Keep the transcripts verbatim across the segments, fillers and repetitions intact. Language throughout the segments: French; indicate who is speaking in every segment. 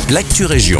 Speaker 1: l'actu région.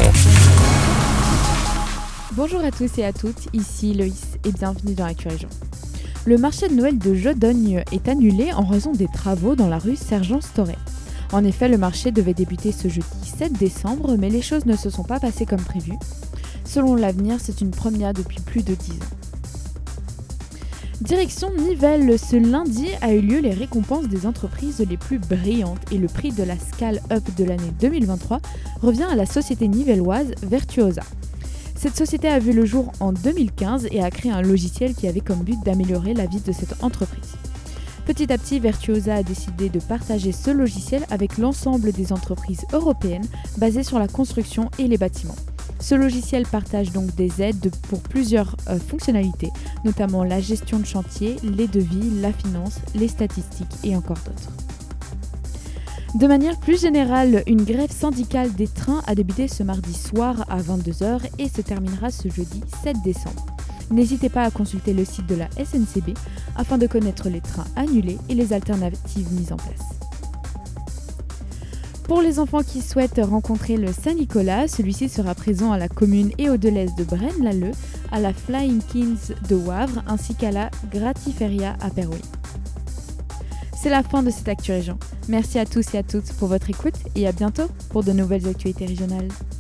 Speaker 2: Bonjour à tous et à toutes, ici Loïs et bienvenue dans l'actu région. Le marché de Noël de Jodogne est annulé en raison des travaux dans la rue Sergent-Storet. En effet, le marché devait débuter ce jeudi sept décembre, mais les choses ne se sont pas passées comme prévu. Selon l'avenir, c'est une première depuis plus de dix ans. Direction Nivelles, ce lundi a eu lieu les récompenses des entreprises les plus brillantes et le prix de la Scale Up de l'année deux mille vingt-trois revient à la société nivelloise Virtuosa. Cette société a vu le jour en deux mille quinze et a créé un logiciel qui avait comme but d'améliorer la vie de cette entreprise. Petit à petit, Virtuosa a décidé de partager ce logiciel avec l'ensemble des entreprises européennes basées sur la construction et les bâtiments. Ce logiciel partage donc des aides pour plusieurs euh, fonctionnalités, notamment la gestion de chantier, les devis, la finance, les statistiques et encore d'autres. De manière plus générale, une grève syndicale des trains a débuté ce mardi soir à vingt-deux heures et se terminera ce jeudi sept décembre. N'hésitez pas à consulter le site de la S N C B afin de connaître les trains annulés et les alternatives mises en place. Pour les enfants qui souhaitent rencontrer le Saint-Nicolas, celui-ci sera présent à la commune et au Delez de Braine-l'Alleud, à la Flying Kings de Wavre ainsi qu'à la Gratiferia à Perouet. C'est la fin de cette Actu Région. Merci à tous et à toutes pour votre écoute et à bientôt pour de nouvelles actualités régionales.